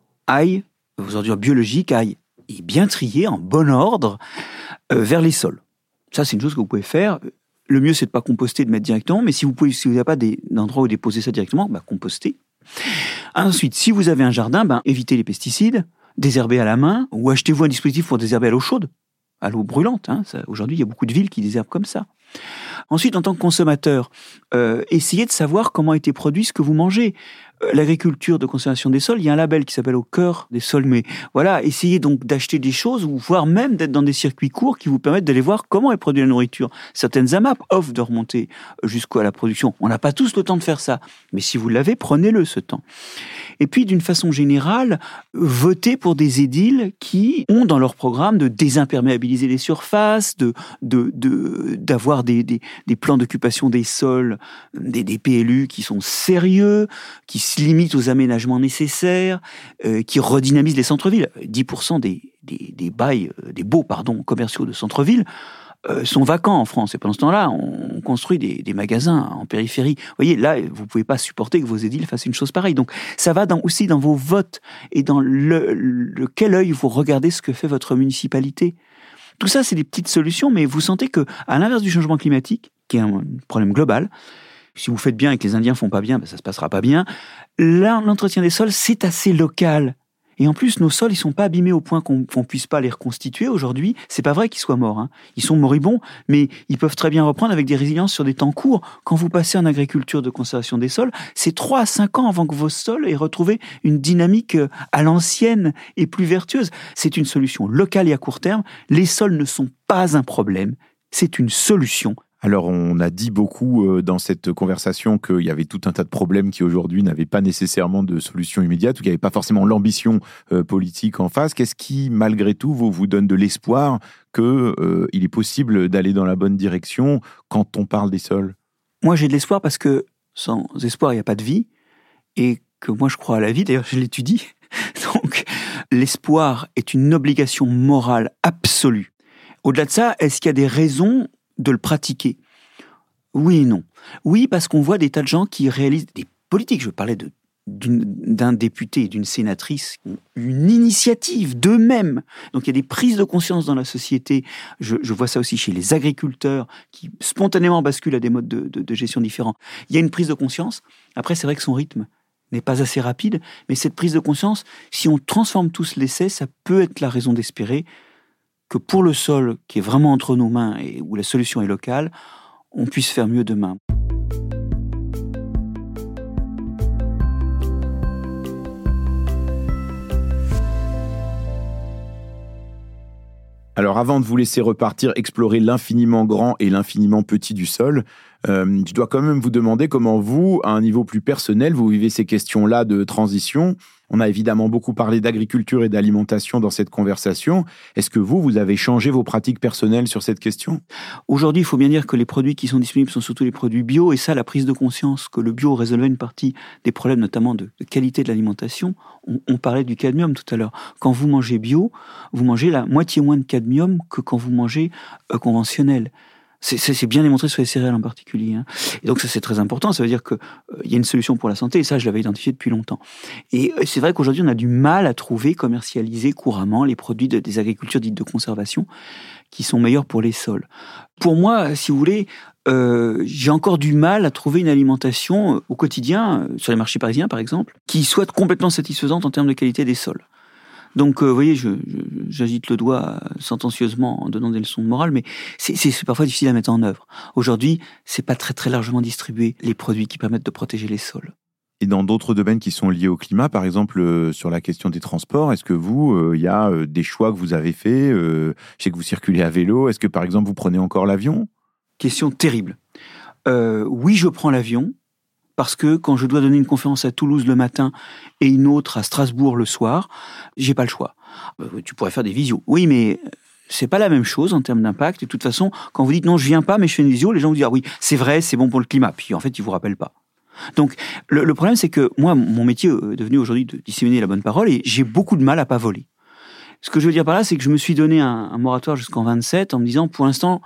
biologiques aillent et bien triées en bon ordre vers les sols. Ça, c'est une chose que vous pouvez faire. Le mieux, c'est de pas composter, de mettre directement. Mais si vous n'avez pas d'endroit où déposer ça directement, compostez. Ensuite, si vous avez un jardin, évitez les pesticides, désherbez à la main, ou achetez-vous un dispositif pour désherber à l'eau chaude, à l'eau brûlante. Aujourd'hui, il y a beaucoup de villes qui désherbent comme ça. Ensuite, en tant que consommateur, essayez de savoir comment a été produit ce que vous mangez. L'agriculture de conservation des sols, il y a un label qui s'appelle Au cœur des sols. Mais voilà, essayez donc d'acheter des choses, ou voire même d'être dans des circuits courts qui vous permettent d'aller voir comment est produite la nourriture. Certaines AMAP offrent de remonter jusqu'à la production. On n'a pas tous le temps de faire ça. Mais si vous l'avez, prenez-le ce temps. Et puis, d'une façon générale, votez pour des édiles qui ont dans leur programme de désimperméabiliser les surfaces, d'avoir des plans d'occupation des sols, des PLU qui sont sérieux, qui se limitent aux aménagements nécessaires, qui redynamisent les centres-villes. 10% des baux commerciaux de centre-ville sont vacants en France. Et pendant ce temps-là, on construit des magasins en périphérie. Vous voyez, là, vous ne pouvez pas supporter que vos édiles fassent une chose pareille. Donc, ça va aussi dans vos votes et dans quel œil vous regardez ce que fait votre municipalité. Tout ça, c'est des petites solutions, mais vous sentez que, à l'inverse du changement climatique, qui est un problème global, si vous faites bien et que les Indiens font pas bien, ça se passera pas bien. Là, l'entretien des sols, c'est assez local. Et en plus, nos sols, ils sont pas abîmés au point qu'on puisse pas les reconstituer aujourd'hui. C'est pas vrai qu'ils soient morts. Ils sont moribonds, mais ils peuvent très bien reprendre avec des résiliences sur des temps courts. Quand vous passez en agriculture de conservation des sols, c'est 3 à 5 ans avant que vos sols aient retrouvé une dynamique à l'ancienne et plus vertueuse. C'est une solution locale et à court terme. Les sols ne sont pas un problème, c'est une solution. Alors, on a dit beaucoup dans cette conversation qu'il y avait tout un tas de problèmes qui aujourd'hui n'avaient pas nécessairement de solution immédiate ou qui n'avaient pas forcément l'ambition politique en face. Qu'est-ce qui, malgré tout, vous donne de l'espoir qu'il est possible d'aller dans la bonne direction quand on parle des sols ? Moi, j'ai de l'espoir parce que sans espoir, il n'y a pas de vie et que moi, je crois à la vie. D'ailleurs, je l'étudie. Donc, l'espoir est une obligation morale absolue. Au-delà de ça, est-ce qu'il y a des raisons de le pratiquer? Oui et non. Oui, parce qu'on voit des tas de gens qui réalisent des politiques. Je parlais d'un député et d'une sénatrice qui ont une initiative d'eux-mêmes. Donc il y a des prises de conscience dans la société. Je vois ça aussi chez les agriculteurs qui spontanément basculent à des modes de gestion différents. Il y a une prise de conscience. Après, c'est vrai que son rythme n'est pas assez rapide, mais cette prise de conscience, si on transforme tous l'essai, ça peut être la raison d'espérer que pour le sol qui est vraiment entre nos mains et où la solution est locale, on puisse faire mieux demain. Alors avant de vous laisser repartir explorer l'infiniment grand et l'infiniment petit du sol, je dois quand même vous demander comment vous, à un niveau plus personnel, vous vivez ces questions-là de transition. On a évidemment beaucoup parlé d'agriculture et d'alimentation dans cette conversation. Est-ce que vous avez changé vos pratiques personnelles sur cette question ? Aujourd'hui, il faut bien dire que les produits qui sont disponibles sont surtout les produits bio, et ça, la prise de conscience que le bio résolvait une partie des problèmes, notamment de qualité de l'alimentation. On parlait du cadmium tout à l'heure. Quand vous mangez bio, vous mangez la moitié moins de cadmium que quand vous mangez conventionnel. C'est bien démontré sur les céréales en particulier. Et donc ça, c'est très important. Ça veut dire qu'il y a une solution pour la santé, et ça, je l'avais identifié depuis longtemps. Et c'est vrai qu'aujourd'hui, on a du mal à trouver, commercialiser couramment les produits des agricultures dites de conservation qui sont meilleurs pour les sols. Pour moi, si vous voulez, j'ai encore du mal à trouver une alimentation au quotidien, sur les marchés parisiens par exemple, qui soit complètement satisfaisante en termes de qualité des sols. Donc, vous voyez, j'agite le doigt sentencieusement en donnant des leçons de morale, mais c'est parfois difficile à mettre en œuvre. Aujourd'hui, c'est pas très très largement distribué, les produits qui permettent de protéger les sols. Et dans d'autres domaines qui sont liés au climat, par exemple sur la question des transports, est-ce que vous, il y a des choix que vous avez faits ? Je sais que vous circulez à vélo. Est-ce que, par exemple, vous prenez encore l'avion ? Question terrible. Oui, je prends l'avion. Parce que quand je dois donner une conférence à Toulouse le matin et une autre à Strasbourg le soir, j'ai pas le choix. Tu pourrais faire des visios. Oui, mais c'est pas la même chose en termes d'impact. Et de toute façon, quand vous dites non, je viens pas, mais je fais une visio, les gens vous disent ah oui, c'est vrai, c'est bon pour le climat. Puis en fait, ils vous rappellent pas. Donc le problème, c'est que moi, mon métier est devenu aujourd'hui de disséminer la bonne parole et j'ai beaucoup de mal à pas voler. Ce que je veux dire par là, c'est que je me suis donné un moratoire jusqu'en 27 en me disant pour l'instant,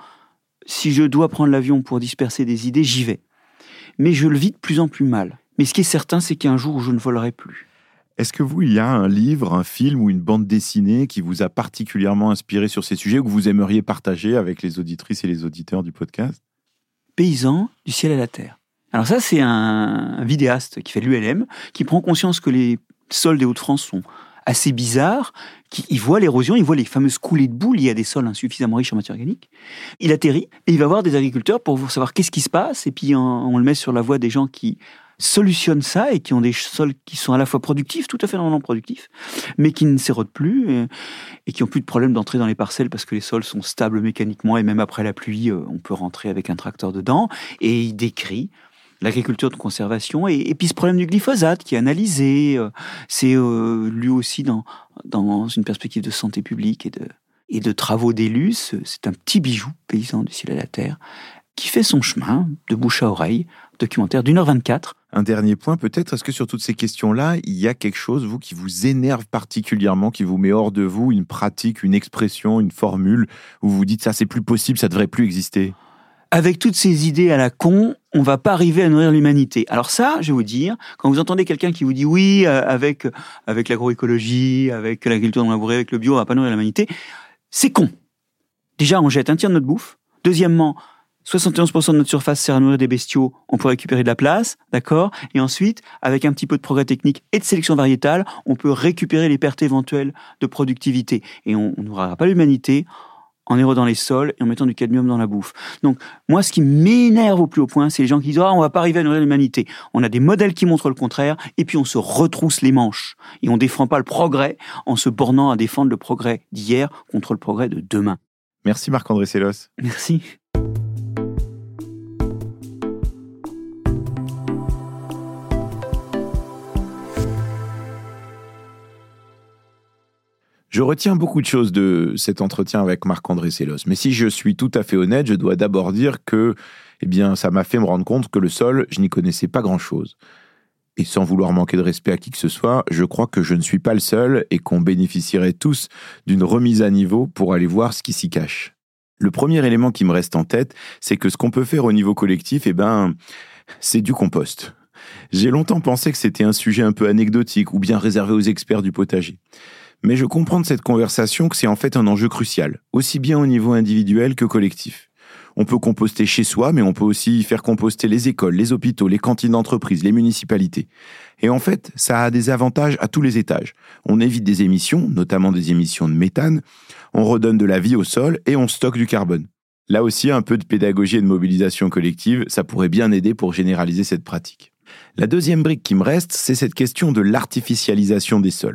si je dois prendre l'avion pour disperser des idées, j'y vais. Mais je le vis de plus en plus mal. Mais ce qui est certain, c'est qu'il y a un jour où je ne volerai plus. Est-ce que il y a un livre, un film ou une bande dessinée qui vous a particulièrement inspiré sur ces sujets ou que vous aimeriez partager avec les auditrices et les auditeurs du podcast ? paysan du ciel à la terre. Alors ça, c'est un vidéaste qui fait de l'ULM, qui prend conscience que les sols des Hauts-de-France sont assez bizarres, il voit l'érosion, il voit les fameuses coulées de boue liées à des sols insuffisamment riches en matière organique. Il atterrit et il va voir des agriculteurs pour savoir qu'est-ce qui se passe, et puis on le met sur la voie des gens qui solutionnent ça et qui ont des sols qui sont à la fois productifs, tout à fait normalement productifs, mais qui ne s'érodent plus et qui n'ont plus de problème d'entrer dans les parcelles parce que les sols sont stables mécaniquement et même après la pluie, on peut rentrer avec un tracteur dedans. Et il décrit l'agriculture de conservation et puis ce problème du glyphosate qui est analysé, c'est lui aussi dans une perspective de santé publique et de travaux d'élus. C'est un petit bijou paysan du ciel à la terre qui fait son chemin de bouche à oreille, documentaire d'1h24. Un dernier point peut-être, est-ce que sur toutes ces questions-là, il y a quelque chose, vous, qui vous énerve particulièrement, qui vous met hors de vous, une pratique, une expression, une formule, où vous vous dites ça c'est plus possible, ça devrait plus exister? Avec toutes ces idées à la con, on va pas arriver à nourrir l'humanité. Alors ça, je vais vous dire, quand vous entendez quelqu'un qui vous dit oui, avec l'agroécologie, avec l'agriculture non labourée, avec le bio, on va pas nourrir l'humanité, c'est con. Déjà, on jette un tiers de notre bouffe. Deuxièmement, 71% de notre surface sert à nourrir des bestiaux, on peut récupérer de la place, d'accord? Et ensuite, avec un petit peu de progrès technique et de sélection variétale, on peut récupérer les pertes éventuelles de productivité. Et on ne nourrira pas l'humanité en érodant les sols et en mettant du cadmium dans la bouffe. Donc, moi, ce qui m'énerve au plus haut point, c'est les gens qui disent « Ah, on va pas arriver à nourrir l'humanité ». On a des modèles qui montrent le contraire, et puis on se retrousse les manches. Et on défend pas le progrès en se bornant à défendre le progrès d'hier contre le progrès de demain. Merci Marc-André Sellos. Merci. Je retiens beaucoup de choses de cet entretien avec Marc-André Sellos. Mais si je suis tout à fait honnête, je dois d'abord dire que, ça m'a fait me rendre compte que le sol, je n'y connaissais pas grand-chose. Et sans vouloir manquer de respect à qui que ce soit, je crois que je ne suis pas le seul et qu'on bénéficierait tous d'une remise à niveau pour aller voir ce qui s'y cache. Le premier élément qui me reste en tête, c'est que ce qu'on peut faire au niveau collectif, c'est du compost. J'ai longtemps pensé que c'était un sujet un peu anecdotique ou bien réservé aux experts du potager. Mais je comprends de cette conversation que c'est en fait un enjeu crucial, aussi bien au niveau individuel que collectif. On peut composter chez soi, mais on peut aussi faire composter les écoles, les hôpitaux, les cantines d'entreprise, les municipalités. Et en fait, ça a des avantages à tous les étages. On évite des émissions, notamment des émissions de méthane, on redonne de la vie au sol et on stocke du carbone. Là aussi, un peu de pédagogie et de mobilisation collective, ça pourrait bien aider pour généraliser cette pratique. La deuxième brique qui me reste, c'est cette question de l'artificialisation des sols.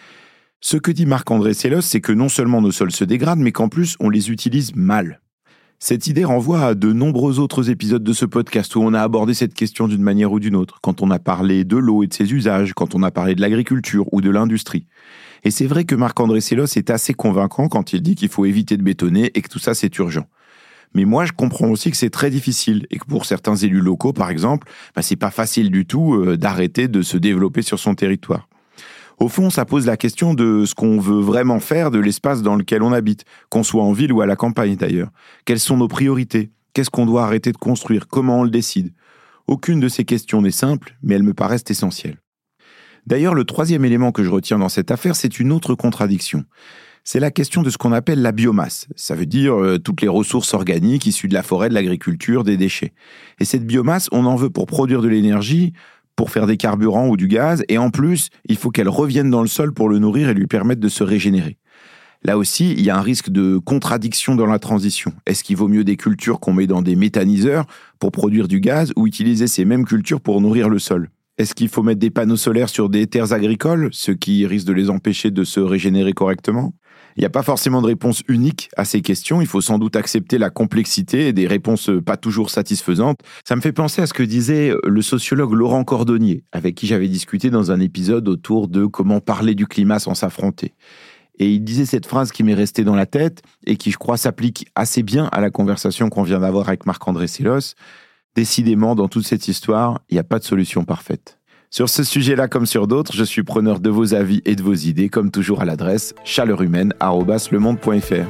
Ce que dit Marc-André Sellos, c'est que non seulement nos sols se dégradent, mais qu'en plus, on les utilise mal. Cette idée renvoie à de nombreux autres épisodes de ce podcast où on a abordé cette question d'une manière ou d'une autre, quand on a parlé de l'eau et de ses usages, quand on a parlé de l'agriculture ou de l'industrie. Et c'est vrai que Marc-André Sellos est assez convaincant quand il dit qu'il faut éviter de bétonner et que tout ça, c'est urgent. Mais moi, je comprends aussi que c'est très difficile et que pour certains élus locaux, par exemple, c'est pas facile du tout d'arrêter de se développer sur son territoire. Au fond, ça pose la question de ce qu'on veut vraiment faire de l'espace dans lequel on habite, qu'on soit en ville ou à la campagne d'ailleurs. Quelles sont nos priorités? Qu'est-ce qu'on doit arrêter de construire? Comment on le décide? Aucune de ces questions n'est simple, mais elles me paraissent essentielles. D'ailleurs, le troisième élément que je retiens dans cette affaire, c'est une autre contradiction. C'est la question de ce qu'on appelle la biomasse. Ça veut dire toutes les ressources organiques issues de la forêt, de l'agriculture, des déchets. Et cette biomasse, on en veut pour produire de l'énergie, pour faire des carburants ou du gaz, et en plus, il faut qu'elle revienne dans le sol pour le nourrir et lui permettre de se régénérer. Là aussi, il y a un risque de contradiction dans la transition. Est-ce qu'il vaut mieux des cultures qu'on met dans des méthaniseurs pour produire du gaz ou utiliser ces mêmes cultures pour nourrir le sol? Est-ce qu'il faut mettre des panneaux solaires sur des terres agricoles, ce qui risque de les empêcher de se régénérer correctement? Il n'y a pas forcément de réponse unique à ces questions, il faut sans doute accepter la complexité et des réponses pas toujours satisfaisantes. Ça me fait penser à ce que disait le sociologue Laurent Cordonnier, avec qui j'avais discuté dans un épisode autour de comment parler du climat sans s'affronter. Et il disait cette phrase qui m'est restée dans la tête et qui, je crois, s'applique assez bien à la conversation qu'on vient d'avoir avec Marc-André Sellos. Décidément, dans toute cette histoire, il n'y a pas de solution parfaite. Sur ce sujet-là comme sur d'autres, je suis preneur de vos avis et de vos idées, comme toujours à l'adresse chaleurhumaine@lemonde.fr.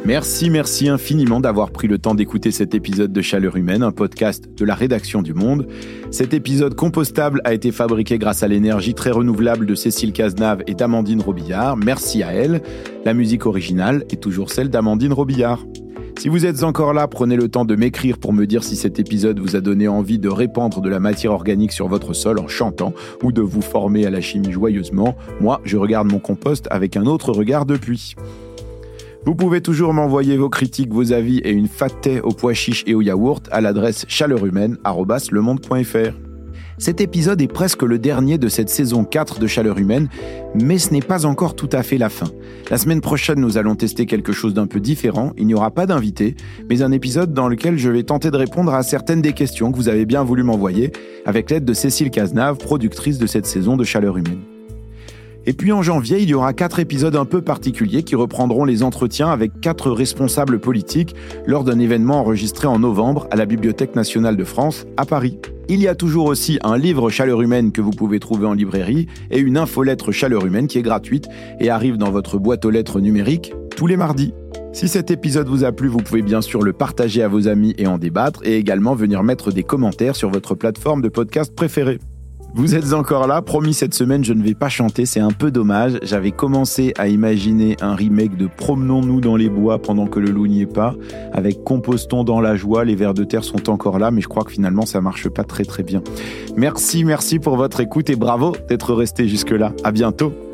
Merci infiniment d'avoir pris le temps d'écouter cet épisode de Chaleur Humaine, un podcast de la rédaction du Monde. Cet épisode compostable a été fabriqué grâce à l'énergie très renouvelable de Cécile Cazenave et d'Amandine Robillard. Merci à elle. La musique originale est toujours celle d'Amandine Robillard. Si vous êtes encore là, prenez le temps de m'écrire pour me dire si cet épisode vous a donné envie de répandre de la matière organique sur votre sol en chantant ou de vous former à la chimie joyeusement. Moi, je regarde mon compost avec un autre regard depuis. Vous pouvez toujours m'envoyer vos critiques, vos avis et une fat thé aux pois chiches et au yaourt à l'adresse chaleurhumaine@lemonde.fr. Cet épisode est presque le dernier de cette saison 4 de Chaleur Humaine, mais ce n'est pas encore tout à fait la fin. La semaine prochaine, nous allons tester quelque chose d'un peu différent. Il n'y aura pas d'invité, mais un épisode dans lequel je vais tenter de répondre à certaines des questions que vous avez bien voulu m'envoyer, avec l'aide de Cécile Cazenave, productrice de cette saison de Chaleur Humaine. Et puis en janvier, il y aura 4 épisodes un peu particuliers qui reprendront les entretiens avec 4 responsables politiques lors d'un événement enregistré en novembre à la Bibliothèque nationale de France à Paris. Il y a toujours aussi un livre Chaleur Humaine que vous pouvez trouver en librairie et une infolettre Chaleur Humaine qui est gratuite et arrive dans votre boîte aux lettres numérique tous les mardis. Si cet épisode vous a plu, vous pouvez bien sûr le partager à vos amis et en débattre et également venir mettre des commentaires sur votre plateforme de podcast préférée. Vous êtes encore là, promis cette semaine je ne vais pas chanter, c'est un peu dommage. J'avais commencé à imaginer un remake de Promenons-nous dans les bois pendant que le loup n'y est pas, avec Compostons dans la joie, les vers de terre sont encore là, mais je crois que finalement ça marche pas très bien. Merci pour votre écoute et bravo d'être resté jusque là. À bientôt.